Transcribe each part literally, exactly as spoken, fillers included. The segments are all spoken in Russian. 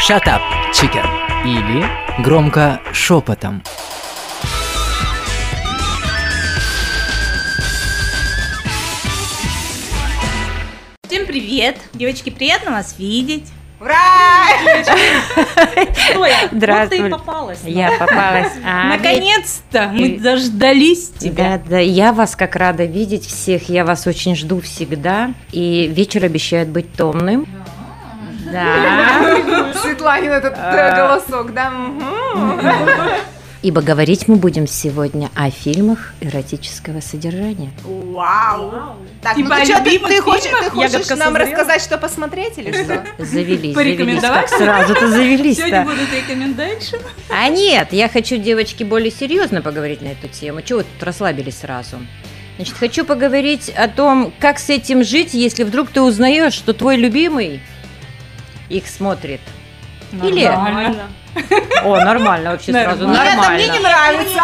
Shut up, chicken. Или громко шепотом. Всем привет! Девочки, приятно вас видеть. Ура! Что я? Здравствуй. Вот ты и попалась. Я попалась. А, Наконец-то мы И- дождались тебя. Да, да, я вас как рада видеть всех, я вас очень жду всегда, и вечер обещает быть томным. Да. Светланин этот э, голосок, да? Мгм. Ибо говорить мы будем сегодня о фильмах эротического содержания. Вау! Так, Типа ну ты о что, ты, любимых ты хочешь, фильмах? ты хочешь Ягодка нам созрела? рассказать, что посмотреть или что? Завелись, завелись, Порекомендовать? как сразу-то Сегодня завелись-то. будут рекомендации. А нет, я хочу, девочки, более серьезно поговорить на эту тему. Чего вы тут расслабились сразу? Значит, хочу поговорить о том, как с этим жить, если вдруг ты узнаешь, что твой любимый их смотрит. Или... Нормально. О, нормально вообще сразу, Нормально. Нет, нормально. мне не нравится.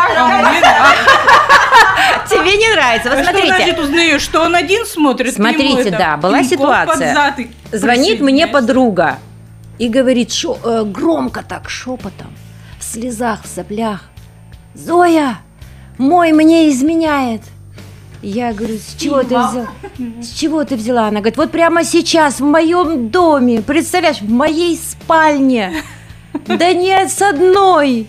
Тебе не нравится, вот А что смотрите. значит узнаешь, что он один смотрит? ты ему Смотрите, это, да, была пинков ситуация. под зад и Звонит мне присоединяйся. подруга и говорит шо- э, громко так, шепотом, в слезах, в соплях: «Зоя, мой мне изменяет». Я говорю: с чего ты взяла? С чего ты взяла? Она говорит: вот прямо сейчас в моем доме, представляешь, в моей спальне. Да нет, с одной.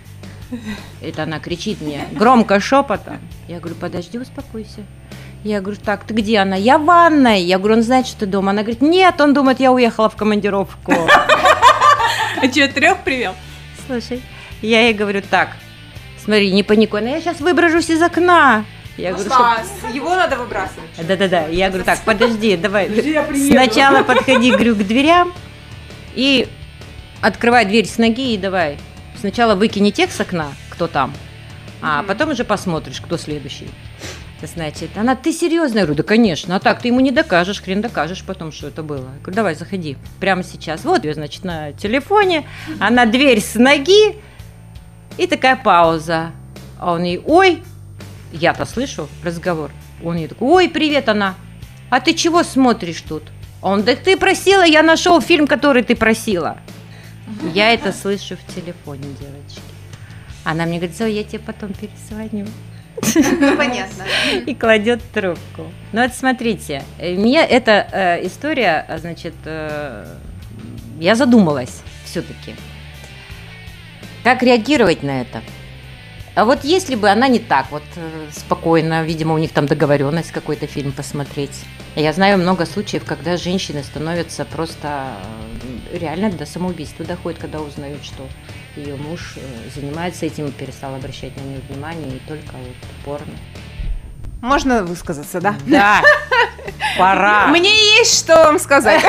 Это она кричит мне громко, шепотом. Я говорю: подожди, успокойся. Я говорю: так, ты где? Она: я в ванной. Я говорю: он знает, что ты дома? Она говорит: нет, он думает, я уехала в командировку. А что, трех привел? Слушай, я ей говорю: так, смотри, не паникуй, но я сейчас выброшусь из окна. Я говорю: что... Его надо выбрасывать. Да-да-да, я говорю: так, подожди, давай. Подожди, я приеду. Сначала подходи, говорю, к дверям и открывай дверь с ноги и давай. Сначала выкини тех с окна, кто там, а потом уже посмотришь, кто следующий. Значит, она: ты серьезно? Я говорю: да, конечно. А так ты ему не докажешь, хрен докажешь потом, что это было. Я говорю: давай, заходи прямо сейчас. Вот ее, значит, на телефоне, она дверь с ноги, и такая пауза. А он ей: ой, я-то слышу разговор. Он ей такой: ой, привет. Она: а ты чего смотришь тут? Он: да ты просила, я нашел фильм, который ты просила. Я это слышу в телефоне, девочки. Она мне говорит: Зоя, я тебе потом перезвоню. Ну, понятно. И кладет трубку. Ну вот смотрите, э, меня эта э, история, э, значит, э, я задумалась все-таки, как реагировать на это. А вот если бы она не так вот э, спокойно, видимо, у них там договоренность какой-то фильм посмотреть. Я знаю много случаев, когда женщины становятся просто э, реально до самоубийства доходят, когда узнают, что ее муж э, занимается этим и перестал обращать на нее внимание, и только вот порно. Можно высказаться, да? Да, пора. Мне есть что вам сказать.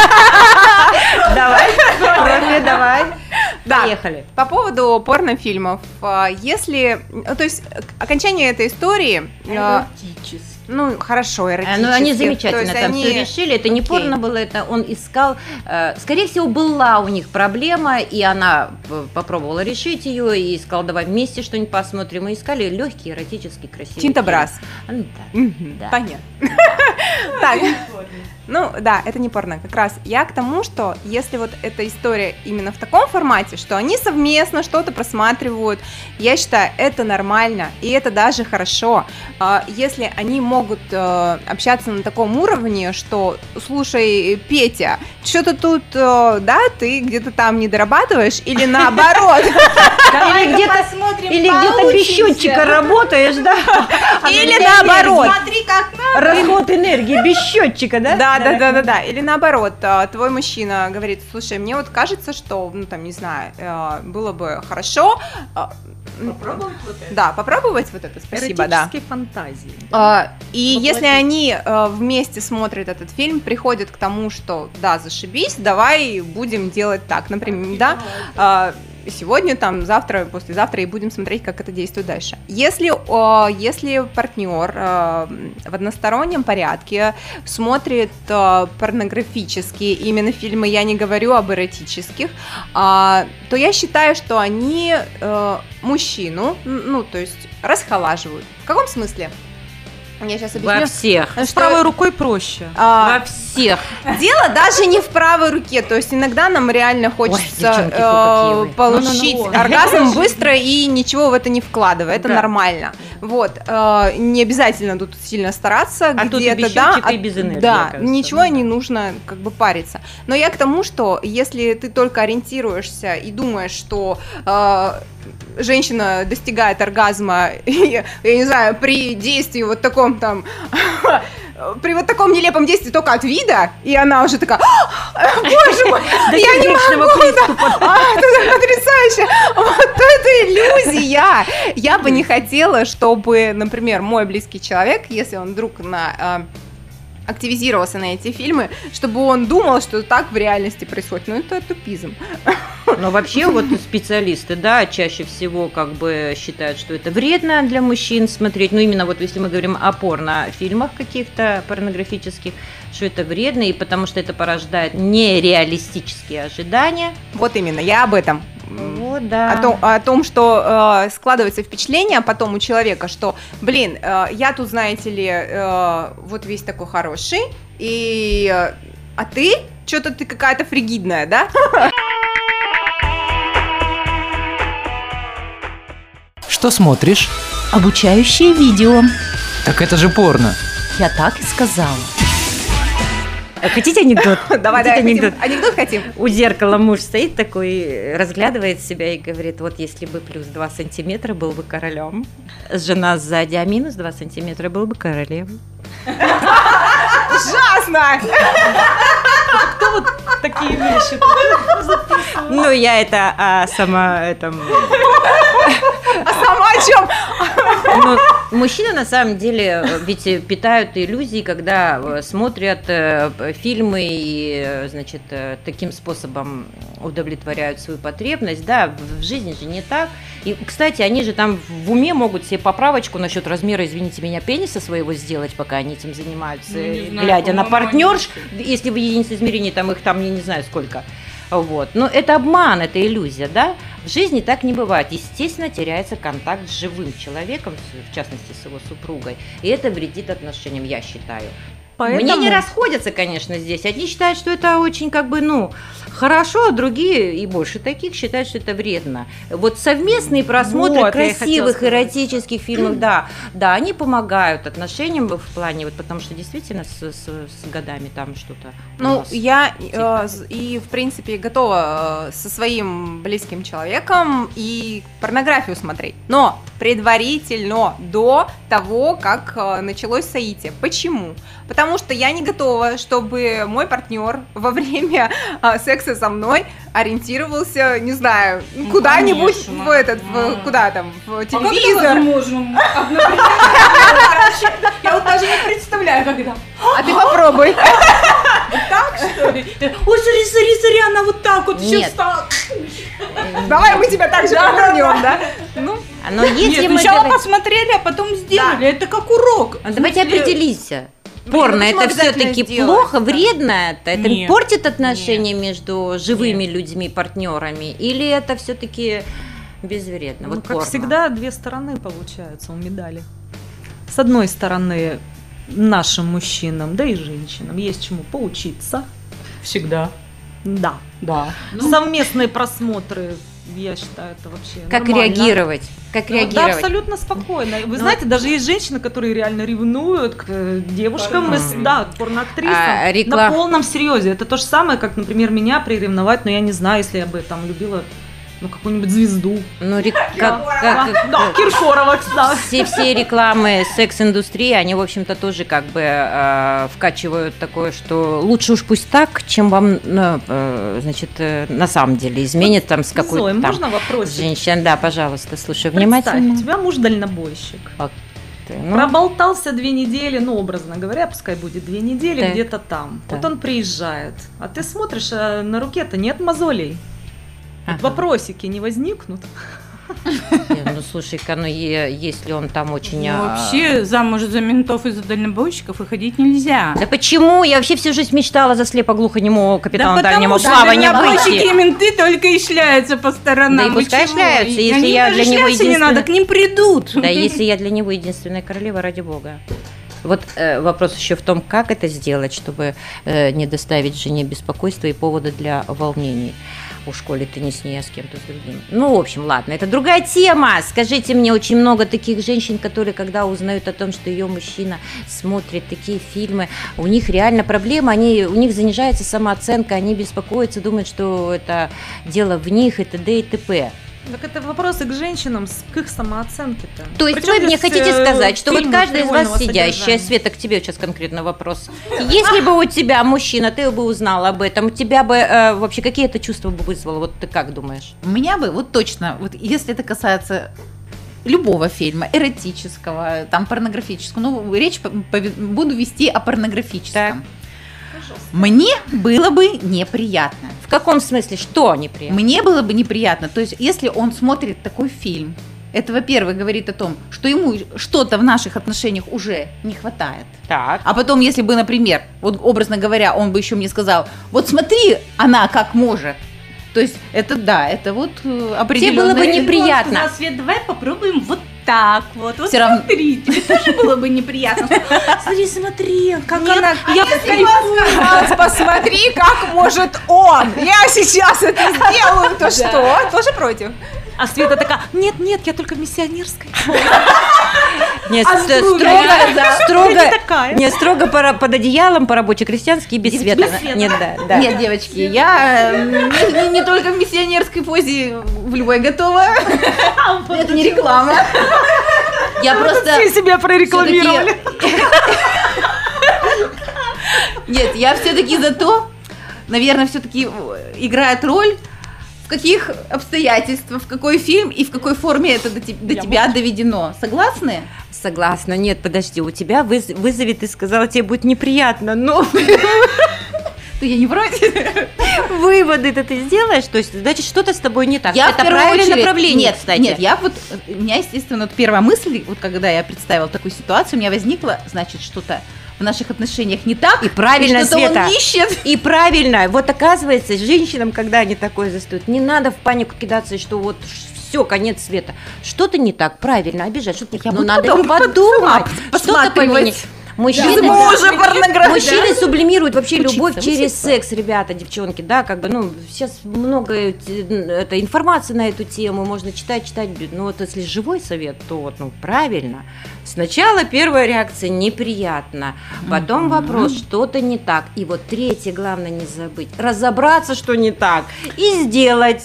Давай, Профи, давай. Да. Поехали. По поводу порнофильмов, а, если, ну, то есть окончание этой истории, а, ну хорошо, эротических. Ну, они то замечательно есть там они- все решили. Это не Окей. порно было, это он искал. э, Скорее всего, была у них проблема, и она п- попробовала решить ее, и сказала: давай вместе что-нибудь посмотрим. И искали легкий, эротический, красивый Тинтобраз. фильм. Ну, да. Мгм, Да. Понятно. Так, ну да, это не порно. Как раз я к тому, что если вот эта история именно в таком формате, что они совместно что-то просматривают, я считаю, это нормально, и это даже хорошо. А, Если они могут э, общаться на таком уровне, что, слушай, Петя, что-то тут, э, да, ты где-то там не дорабатываешь, или наоборот. Или где-то или где-то без счетчика работаешь, да? Или наоборот. Смотри, как надо. Расход энергии без счетчика, да? Да, да, да, да, да. Или наоборот, а, твой мужчина говорит: слушай, мне вот кажется, что, ну там, не знаю, э, было бы хорошо. а, м, Попробовать вот это. Да, попробовать вот это, спасибо, да. Эротические фантазии. А, И Воплотить. если они э, вместе смотрят этот фильм, приходят к тому, что да, зашибись, давай будем делать так, например, да, а, сегодня, там, завтра, послезавтра, и будем смотреть, как это действует дальше. Если, э, если партнер э, в одностороннем порядке смотрит э, порнографические именно фильмы, я не говорю об эротических, э, то я считаю, что они э, мужчину, ну, то есть расхолаживают. В каком смысле? Я сейчас Во объясню. всех. Что, С правой рукой проще. а, Во всех. дело даже не в правой руке, то есть иногда нам реально хочется девчонки, фу, э, какие вы. получить Ну, ну, ну. оргазм быстро и ничего в это не вкладывая, это Да. нормально. Вот, э, не обязательно тут сильно стараться, А тут и где-то, без да, щёчек, и от- без энергии, да, кажется. ничего не нужно как бы париться. Но я к тому, что если ты только ориентируешься и думаешь, что э, женщина достигает оргазма, я не знаю, при действии вот таком там, при вот таком нелепом действии только от вида, и она уже такая, боже мой, я не могу, да, а, это потрясающе, вот это иллюзия. Я бы не хотела, чтобы, например, мой близкий человек, если он вдруг на... активизировался на эти фильмы, чтобы он думал, что так в реальности происходит. Ну, это тупизм. Но вообще вот специалисты, да, чаще всего как бы считают, что это вредно для мужчин смотреть. Ну, именно вот если мы говорим о порнофильмах каких-то порнографических, что это вредно, и потому что это порождает нереалистические ожидания. Вот именно, я об этом. Вот, да. О том, о том, что э, складывается впечатление потом у человека, что, блин, э, я тут, знаете ли, э, вот весь такой хороший, и, э, а ты, что-то ты какая-то фригидная, да? Что смотришь? Обучающие видео. Так это же порно. Я так и сказала. Хотите анекдот? Давай, Хотите давай, анекдот? хотим- анекдот хотим. У зеркала муж стоит такой, разглядывает себя и говорит, вот если бы плюс два сантиметра, был бы королем. Жена сзади, а минус два сантиметра, был бы королем. Ужасно! Кто вот такие вещи? Ну, я это а, сама... Это, А сама о чем? ну, мужчины на самом деле ведь питают иллюзии, когда э, смотрят э, фильмы и, э, значит, э, таким способом удовлетворяют свою потребность. Да, в, в жизни же не так. И, кстати, они же там в уме могут себе поправочку насчет размера, извините меня, пениса своего сделать, пока они этим занимаются, Ну, не знаю, глядя на по-моему, партнерш, если в единице измерения там их там, я не знаю сколько. Вот. Но это обман, это иллюзия, да? В жизни так не бывает. Естественно, теряется контакт с живым человеком, в частности, с его супругой. И это вредит отношениям, я считаю. Поэтому... Мнения расходятся, конечно, здесь. Одни считают, что это очень, как бы, ну, хорошо, а другие, и больше таких, считают, что это вредно. Вот совместные просмотры Вот, я и хотела красивых сказать. эротических фильмов, да, да, они помогают отношениям в плане, вот, потому что действительно с, с- с годами там что-то у Ну, нас. я э, з- и, в принципе, готова э, со своим близким человеком и порнографию смотреть. Но предварительно, до того, как э, началось соитие. Почему? Потому что я не готова, чтобы мой партнер во время э, секса со мной ориентировался, не знаю, Ну, куда-нибудь конечно. в этот, в- А. куда там, в А как это телевизор. возможно? Я вот даже не представляю, когда. А ты попробуй. Так, что ли? Ой, смотри, смотри, смотри, она вот так вот еще Нет. встала. Давай мы тебя так же повернем, да? Ну, Но если Нет, мы сначала говорим- посмотрели, а потом сделали. Да. Это как урок. А давайте В смысле, определись. ну Порно почему это обязательно все-таки сделать, плохо, да? вредно это? Это Нет. портит отношения между живыми людьми, партнерами? Или это все-таки безвредно? Ну, Вот как порно. всегда, две стороны получаются у медали. С одной стороны, нашим мужчинам, да и женщинам есть чему поучиться. Всегда. Да. Да. Совместные просмотры, я считаю, это вообще Как нормально. реагировать? Как Ну, да, реагировать? абсолютно спокойно. Вы Ну, знаете, даже есть женщины, которые реально ревнуют к э, девушкам, из, Порно. да, к порноактрисам А, рекла- на полном серьезе. Это то же самое, как, например, меня приревновать, но я не знаю, если я бы там любила ну, какую-нибудь звезду. Ну, рек- как- Да, как- да, Киркорова, кстати. все, все рекламы секс-индустрии, они, в общем-то, тоже как бы э, вкачивают такое, что лучше уж пусть так, чем вам, ну, э, значит, э, на самом деле изменит там с Зоя, какой-то там можно вопросик? женщин. Да, пожалуйста, слушаю Представь, внимательно. у тебя муж дальнобойщик. Ты, ну, Проболтался две недели, ну, образно говоря, пускай будет две недели Так. где-то там. Вот Так. он приезжает, а ты смотришь, а на руке-то нет мозолей. Вот ага. вопросики не возникнут. Не, ну, слушай-ка, ну, е- если он там очень... Ну, а, вообще замуж за ментов и за дальнобойщиков выходить нельзя. Да почему? Я вообще всю жизнь мечтала за слепо-глухонемого капитана потому дальнего что плавания дальнобойщики и выйти. менты только и шляются по сторонам. Да и Вы пускай чего? шляются, И если они я даже для него шляться не единственная- надо, к ним придут. Да если я для него единственная королева, ради бога. Вот э, вопрос еще в том, как это сделать, чтобы э, не доставить жене беспокойства и повода для волнений. У школе ты не с ней, а с кем-то с другим. Ну, в общем, ладно, это другая тема. Скажите мне, очень много таких женщин, которые, когда узнают о том, что ее мужчина смотрит такие фильмы, у них реально проблема, они, у них занижается самооценка, они беспокоятся, думают, что это дело в них и т.д. и т.п. Так это вопросы к женщинам, с- к их самооценке-то. То есть Причем вы мне здесь, хотите э, сказать, что вот фильмы каждая из вас фривольного сидящая, содержания? Света, к тебе сейчас конкретно вопрос. Если бы у тебя мужчина, ты бы узнал об этом, у тебя бы э, вообще какие это чувства бы вызвало? Вот ты как думаешь? У меня бы, вот точно, вот если это касается любого фильма, эротического, там, порнографического, ну, речь по- пове- буду вести о порнографическом. Мне было бы неприятно. В каком смысле? Что неприятно? Мне было бы неприятно. То есть, если он смотрит такой фильм, это, во-первых, говорит о том, что ему что-то в наших отношениях уже не хватает. Так. А потом, если бы, например, вот образно говоря, он бы еще мне сказал, вот смотри, она как может. То есть, это да, это вот э, определенное... было бы неприятно. Он сказал: Свет, давай попробуем вот так вот. Вот Всё равно- смотри, тебе тоже было бы неприятно. Смотри, смотри, как Не она... надо. Я Сказать, посмотри, как может он. Я сейчас это сделаю, то что? Тоже против? А Света такая, нет, нет, я только миссионерская. Нет, А с- строго, строго, да. строго, Я не такая. не строго пора- под одеялом, по-рабоче-крестьянски и без света. Нет, да, да. Нет, девочки, я э, не, не- не только в миссионерской позе, в любой готова. Это не реклама. Я просто... Все себя прорекламировали. всё-таки- Нет, я все-таки за то, наверное, все-таки играет роль, в каких обстоятельствах, в какой фильм и в какой форме это до, те- до тебя доведено. Согласны? Согласна. Нет, подожди, у тебя выз- вызовет, ты сказала, тебе будет неприятно, но То я не против. выводы-то ты сделаешь, то есть, значит, что-то с тобой не так. Я в Это первую правильное очередь- направление, нет, кстати. Нет, я вот, у меня, естественно, вот первая мысль, вот когда я представила такую ситуацию, у меня возникла, значит, что-то в наших отношениях не так. И правильно, и что-то Света. он ищет. И правильно, вот оказывается, женщинам, когда они такое застают, не надо в панику кидаться, что вот все, конец света. Что-то не так, правильно, обижать, что-то не Я так. Ну, буду надо потом их подумать, сама что-то посматривать. поменять. Мужчины, Мужа порнографии. мужчины сублимируют вообще Учиться, любовь через учиться. секс, ребята, девчонки, да, как бы, ну, сейчас много э, это, информации на эту тему, можно читать, читать, но вот если живой совет, то вот, ну, правильно. Сначала первая реакция неприятно, потом вопрос, что-то не так, и вот третье, главное не забыть, разобраться, что не так, и сделать.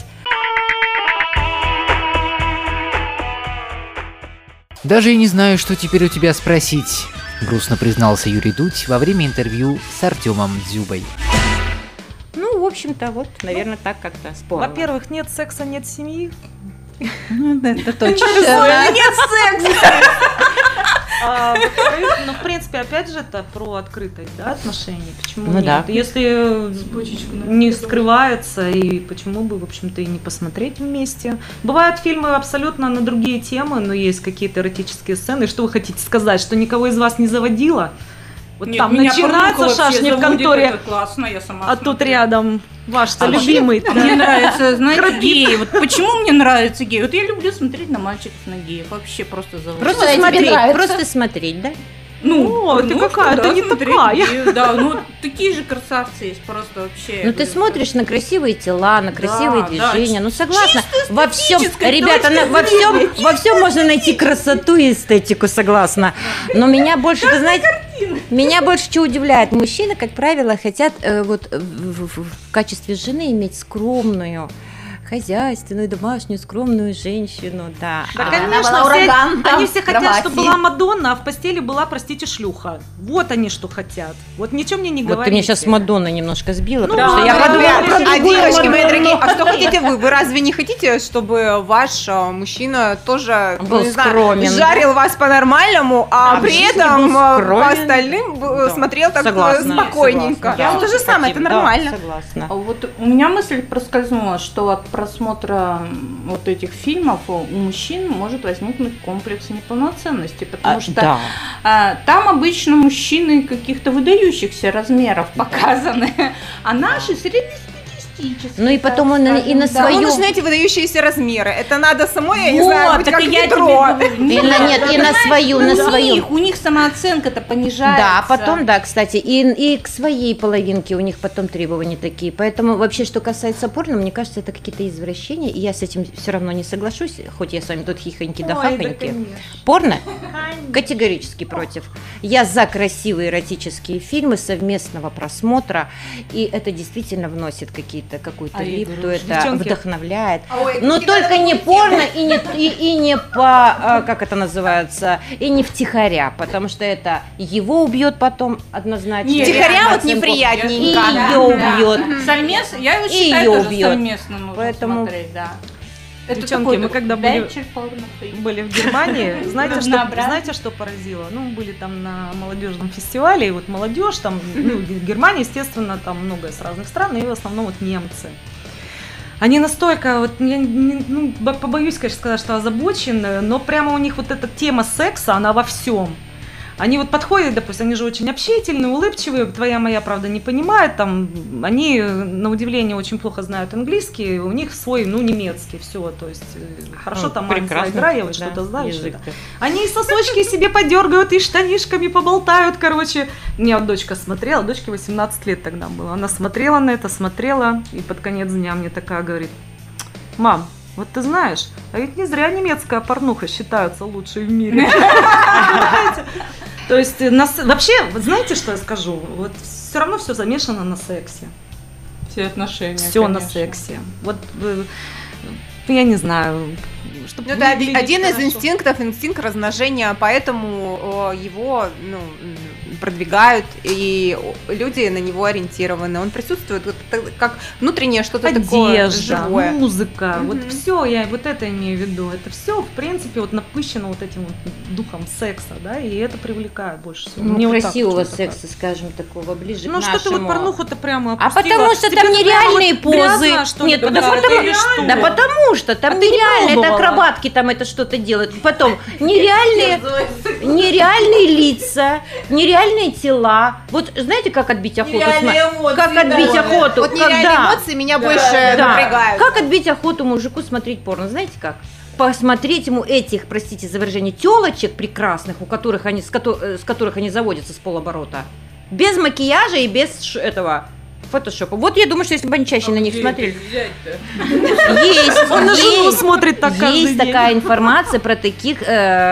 Даже и не знаю, что теперь у тебя спросить, грустно признался Юрий Дудь во время интервью с Артемом Дзюбой. Ну, в общем-то, вот, наверное, так как-то спорно. Во-первых, нет секса, нет семьи. Это точно. Нет секса. А, во-вторых, ну, в принципе, опять же, это про открытость, да, отношений. Почему Ну нет? да. Если не скрывается, и почему бы, в общем-то, и не посмотреть вместе. Бывают фильмы абсолютно на другие темы, но есть какие-то эротические сцены. Что вы хотите сказать, что никого из вас не заводило? Вот Нет, там меня начинается порнуха вообще шашни в заводит, конторе, это классно, я сама а тут смотрю. рядом ваш-то А вообще, любимый. Мне нравится, знаете, геи. Вот почему мне нравятся геи? Вот я люблю смотреть на мальчиков, на геев. Вообще просто заводит. Просто Что тебе смотреть, нравится? просто смотреть, да? Ну, О, ты какая, да, ты не смотреть такая. геев, да, ну такие же красавцы есть, просто вообще. Ну ты смотришь на красивые тела, на красивые Да, движения, да, ну согласна. Во всем, эстетической ребята, точки на- во всем, во всем можно найти красоту и эстетику, согласна. Но меня больше, вы знаете, меня больше что удивляет. Мужчины, как правило, хотят э, вот в, в- в качестве жены иметь скромную, хозяйственную, домашнюю, скромную женщину, да. Да, А- конечно, была все- ураган там они в все хотят, кровати. чтобы была Мадонна, а в постели была, простите, шлюха. Вот они что хотят. Вот ничего мне не Вот ты говорите. меня сейчас с Мадонной немножко сбила, Ну, потому что да, я да, подумала да, про да. А другую девочки мои Мадонну. дорогие, а что хотите вы? Вы разве не хотите, чтобы ваш а, мужчина тоже, ну, Был не знаю, скромен, жарил вас по-нормальному, а А в при жизни этом был а, по скромен. остальным б- Да. смотрел так э, Согласна, спокойненько? согласна, Ну, то же самое, это Да, нормально. согласна. А вот у меня мысль проскользнула, что от просмотра м, вот этих фильмов у у мужчин может возникнуть комплекс неполноценности, потому А, что да. а, там обычно мужчины каких-то выдающихся размеров показаны, а наши среднестатистические артистический. Ну и потом так он скажем, и на да. свою- Ну, нужны эти выдающиеся размеры. Это надо самой, я не Вот, знаю, быть так как и я ведро. тебе говорю. И на, нет, и на свою, на у свою. них, у них самооценка-то понижается. Да, потом, да, кстати, и, и к своей половинке у них потом требования такие. Поэтому вообще, что касается порно, мне кажется, это какие-то извращения, и я с этим все равно не соглашусь, хоть я с вами тут хихоньки да Ой, да, хахоньки. конечно. Порно? Категорически против. Я за красивые эротические фильмы совместного просмотра, и это действительно вносит какие-то, какую-то А я липту, говорю, это девчонки. вдохновляет. Ой, Но какие только надо не быть порно и не, и, и не по, а, как это называется, и не втихаря, потому что это его убьет потом однозначно. Нет, Втихаря вот оценку. неприятненько. И Да, ее да. убьет. Совместно, я его И считаю её тоже убьет. совместно нужно Поэтому- смотреть, да. Девчонки, мы когда были- вечер порнофильм. Были в Германии, знаете что, Разнообразие. знаете, что поразило? Ну, мы были там на молодежном фестивале, и вот молодежь там, ну, Германия, естественно, там много с разных стран, и в основном вот немцы. Они настолько, вот, я не- ну, бо- побоюсь, конечно, сказать, что озабочены, но прямо у них вот эта тема секса, она во всем. Они вот подходят, допустим, они же очень общительные, улыбчивые, твоя моя, правда, не понимает, там, они, на удивление, очень плохо знают английский, у них свой, ну, немецкий, все, то есть, э, хорошо там Прекрасно, игра, я вот да, что-то знаешь. язык, да. да. Они и сосочки себе подергают, и штанишками поболтают, короче. У меня вот дочка смотрела, дочке восемнадцать лет тогда было, она смотрела на это, смотрела, и под конец дня мне такая говорит: мам, вот ты знаешь, а ведь не зря немецкая порнуха считается лучшей в мире. То есть нас- вообще, вот знаете, что я скажу? Вот все равно все замешано на сексе. Все отношения, Все на конечно. сексе. Вот э, я не знаю. Чтобы Ну, это оди- выглядеть один из хорошо. инстинктов, инстинкт размножения, поэтому э, его ну, м, продвигают, и люди на него ориентированы. Он присутствует вот так- как внутреннее что-то такое Одежда, живое. музыка, Мгм. вот все, я вот это имею в виду. Это все, в принципе, вот напыщено вот этим вот духом секса, да, и это привлекает больше всего. Ну, Мне вот так красивого вот что-то секса, скажем, такого ближе Ну к что ты вот нашему. порнуху-то прямо А опустила? потому что Тебе там прямо нереальные вот грязно, позы. что ли, Нет, какая-то потому, или что? да потому что там А ты не нереально, это пробовала? акробатки там это что-то делают. Потом нереальные, нереальные лица, нереальные тела. Вот знаете, как отбить охоту? Сма- Как отбить охоту? Вот нереальные Когда? эмоции меня больше Да. напрягают. Как отбить охоту мужику смотреть порно? Знаете как? Посмотреть ему этих, простите за выражение, телочек прекрасных, у которых они, с, кото- э, с которых они заводятся с полоборота. Без макияжа и без ш- этого фотошопа. Вот я думаю, что если бы они чаще на них смотрели. Есть, Он на жену есть. смотрит так каждый Есть день. такая информация про таких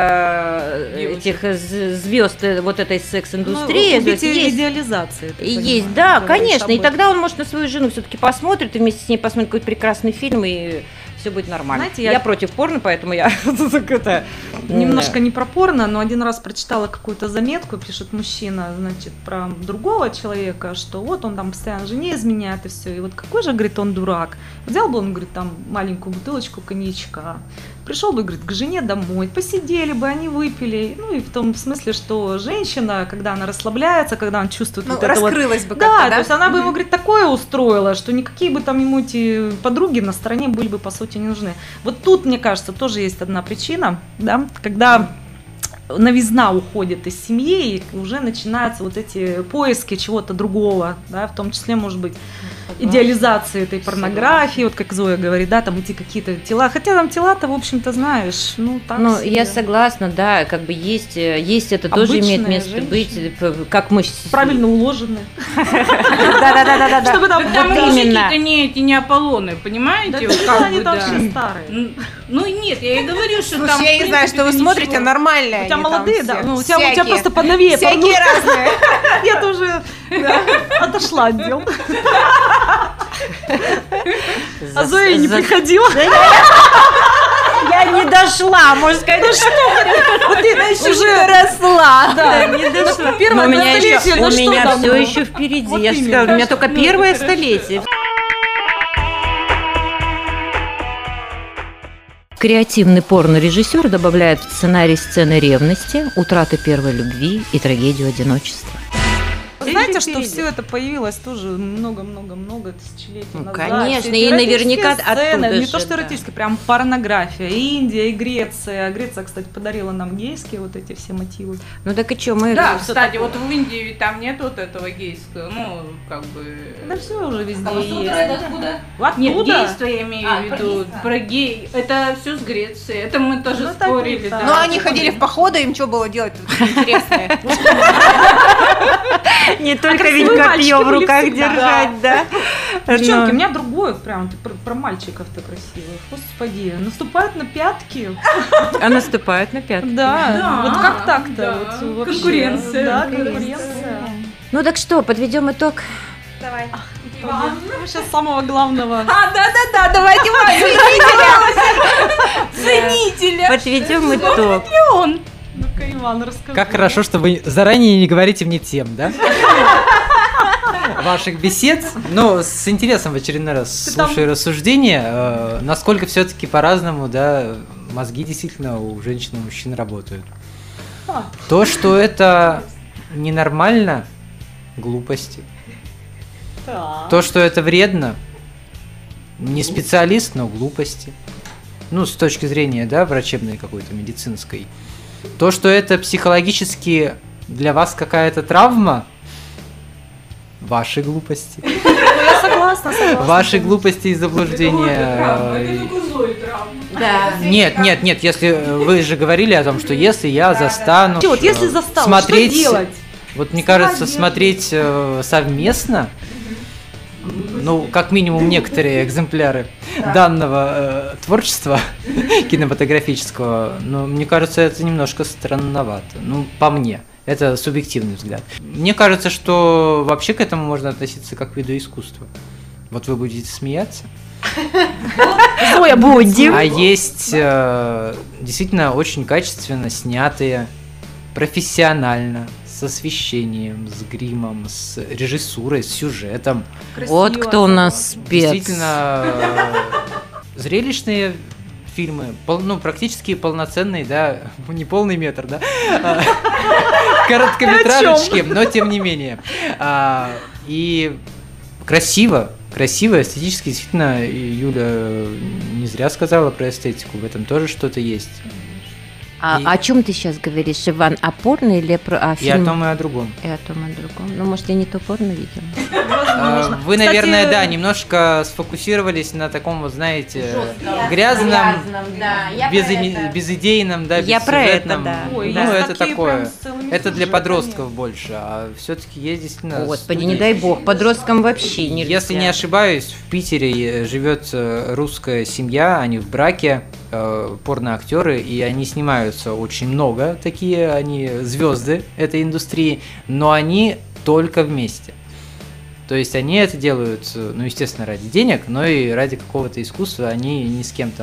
э, этих звезд вот этой секс-индустрии. Ну, То есть любители есть. идеализации. ты И понимаешь, есть, да, говоришь конечно. И об этом. тогда он, может, на свою жену все-таки посмотрит, и вместе с ней посмотрит какой-то прекрасный фильм, и все будет нормально. Знаете, я... я- против порно, поэтому я так это... Немножко не про порно, но один раз прочитала какую-то заметку, пишет мужчина, значит, про другого человека, что вот он там постоянно жене изменяет и все. И вот какой же, говорит, он дурак. Взял бы он, говорит, там маленькую бутылочку коньячка, пришел бы, говорит, к жене домой, посидели бы, они выпили. Ну и в том смысле, что женщина, когда она расслабляется, когда она чувствует Ну, вот это вот... раскрылась бы Да, как-то, да? то есть она бы ему, говорит, такое устроила, что никакие бы там ему эти подруги на стороне были бы, по сути, не нужны. Вот тут, мне кажется, тоже есть одна причина, да, когда новизна уходит из семьи, и уже начинаются вот эти поиски чего-то другого, да, в том числе, может быть, идеализации этой порнографии, вот как Зоя говорит, да, там эти какие-то тела, хотя там тела-то, в общем-то, знаешь, ну, так Ну, себе. я согласна, да, как бы есть, э, есть это тоже Обычная имеет место женщина. быть, п- как мы... с- правильно уложены. Да-да-да-да-да. Чтобы там... Вот Там мужики-то именно. не эти, не Аполлоны, понимаете? Да, Вот да, как они бы, там да. все старые. Н- Ну и нет, я и говорю, что Слушай, там... я в не знаю, принципе, что вы да смотрите, ничего. нормальные. У тебя они там молодые, да? все. Ну, у тебя, у тебя Всякие. просто поновее. Всякие порнуха. разные. Я тоже да, отошла от дел. А Зоя не За- приходила. Я не дошла, можно сказать, ну что? Ты уже росла. Да, не дошла. Но Первое у меня еще, столетие, ну у что меня там? все еще впереди. Вот Я же именно. сказала, у меня только Ну, первое хорошо. столетие. Креативный порно-режиссер добавляет в сценарий сцены ревности, утраты первой любви и трагедию одиночества. Знаете, понимаете, что впереди. все это появилось тоже много-много-много тысячелетий Ну, назад. конечно, Все эти и наверняка эротические сцены, оттуда не же, то, что да. эротические, прям порнография. И Индия, и Греция. Греция, кстати, подарила нам гейские вот эти все мотивы. Ну так и что, мы... Да, всё кстати, такое. вот в Индии ведь там нет вот этого гейского, ну, как бы... Да все уже везде Камасутра есть. это откуда? Оттуда? Нет, гейство я имею А, в про виду. гейство. Про гей. Это все с Греции. Это мы тоже Ну, так спорили. вот, да. да. Ну, они ходили в походы, им что было делать интересное? Не только красивые ведь копье мальчики в были руках всегда. держать, да? Девчонки, Но- у меня другое прям, ты про, про мальчиков-то красивых. Господи, наступают на пятки. А наступают на пятки. Да, Да, вот как так-то? да. Вот вообще. Конкуренция. Да, Конкуренция. конкуренция. Ну так что, подведем итог. Давай. Мы сейчас самого главного. А, да-да-да, давайте ценителя. Подведем итог. Ну-ка, Иван, расскажи. Как хорошо, что вы заранее не говорите мне тем, да? Ваших бесед. Ну, с интересом в очередной раз Ты там- слушаю рассуждения, э, насколько все-таки по-разному, да, мозги действительно у женщин и мужчин работают. А. То, что это ненормально, глупости. Так. То, что это вредно, не специалист, но глупости. Ну, с точки зрения, да, врачебной какой-то, медицинской. То, что это психологически для вас какая-то травма, ваши глупости. Я согласна, согласна. Ваши глупости и заблуждения. Да. Нет, нет, нет, если вы же говорили о том, что если я застану Вот, если э, застал, смотреть, что делать? вот мне кажется, смотреть э, совместно, ну, как минимум некоторые экземпляры данного э, творчества кинематографического, ну, мне кажется, это немножко странновато. Ну, по мне. Это субъективный взгляд. Мне кажется, что вообще к этому можно относиться как к виду искусства. Вот вы будете смеяться. Зоя, будем. А есть э, действительно очень качественно снятые, профессионально, с освещением, с гримом, с режиссурой, с сюжетом. Вот кто у нас спец. Действительно э, зрелищные фильмы, пол- ну, практически полноценный, да, не полный метр, да, а, короткометражечки, но тем не менее. А, И красиво, красиво, эстетически, действительно, и Юля не зря сказала про эстетику, в этом тоже что-то есть. А И- о чем ты сейчас говоришь, Иван? О порно или про о И о фильме? том, и о другом. И о том, и о другом. Ну, может, я не то порно видела. А, Вы, Кстати, наверное, да, немножко сфокусировались на таком, вот, знаете, грязном, бези- безидейном, да, Я про бессюжетном. это, да. Ой, Ну, есть это такие такое. прям с целыми Это для сюжетами. подростков больше, а все-таки есть действительно. Господи, студии. не дай бог, подросткам вообще нельзя. Если не ошибаюсь, в Питере живет э, русская семья, они в браке, э, порноактеры, и они снимаются очень много, такие они звезды этой индустрии, но они только вместе. То есть они это делают, э, ну, естественно, ради денег, но и ради какого-то искусства, они ни с кем там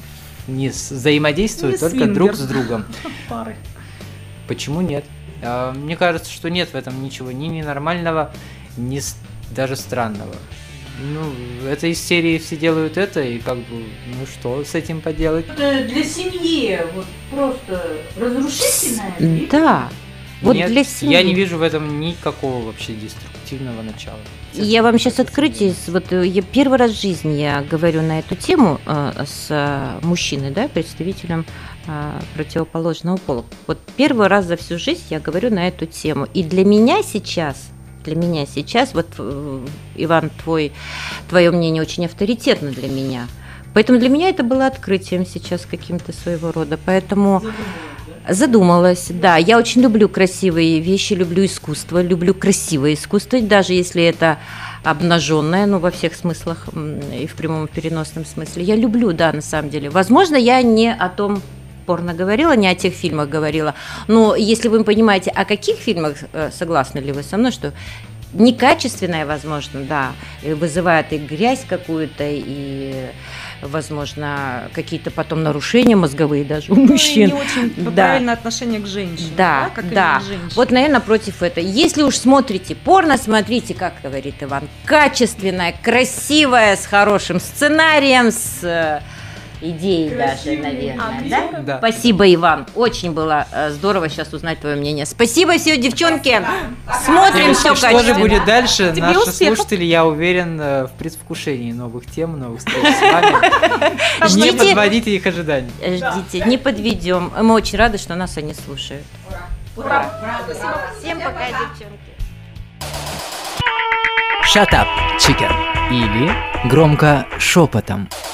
не с- взаимодействуют, Не только свингер. друг с другом. Пары. Почему нет? А, Мне кажется, что нет в этом ничего ни ненормального, ни с- даже странного. Ну, это из серии все делают это, и как бы, ну что с этим поделать? Это для семьи вот просто разрушительная вещь. Да. Вот Нет, для семьи. я не вижу в этом никакого вообще деструктивного начала. Я вам сейчас открытие, с- вот э, я первый раз в жизни я говорю на эту тему э, с э, мужчиной, да, представителем э, противоположного пола. Вот первый раз за всю жизнь я говорю на эту тему. И для меня сейчас, для меня сейчас, вот, э, Иван, твой, твое мнение очень авторитетно для меня. Поэтому для меня это было открытием сейчас каким-то своего рода. Поэтому задумалась, да. Я очень люблю красивые вещи, люблю искусство, люблю красивое искусство, даже если это обнаженное, ну, во всех смыслах м, и в прямом и переносном смысле. Я люблю, да, на самом деле. Возможно, я не о том порно говорила, не о тех фильмах говорила, но если вы понимаете, о каких фильмах, э, согласны ли вы со мной, что некачественное, возможно, да, и вызывает и грязь какую-то, и, возможно, какие-то потом нарушения мозговые даже у Ну, и мужчин. не очень Да. правильное отношение к женщине. Да, как да. именно к женщине. Вот, наверное, против этого. Если уж смотрите порно, смотрите, как говорит Иван, качественное, красивое, с хорошим сценарием, с, э, идеи даже, наверное, да? Да. Спасибо, Иван. Очень было э, здорово сейчас узнать твое мнение. Спасибо, все, девчонки. Смотрим все Что качественно. же будет дальше? Тебе Наши успехов. слушатели, я уверен, э, в предвкушении новых тем, новых встреч с вами. Не Ждите. подводите их ожиданий. Ждите, не подведем. Мы очень рады, что нас они слушают. Ура! Всем пока, девчонки. Shut up, chicken. Или громко шепотом.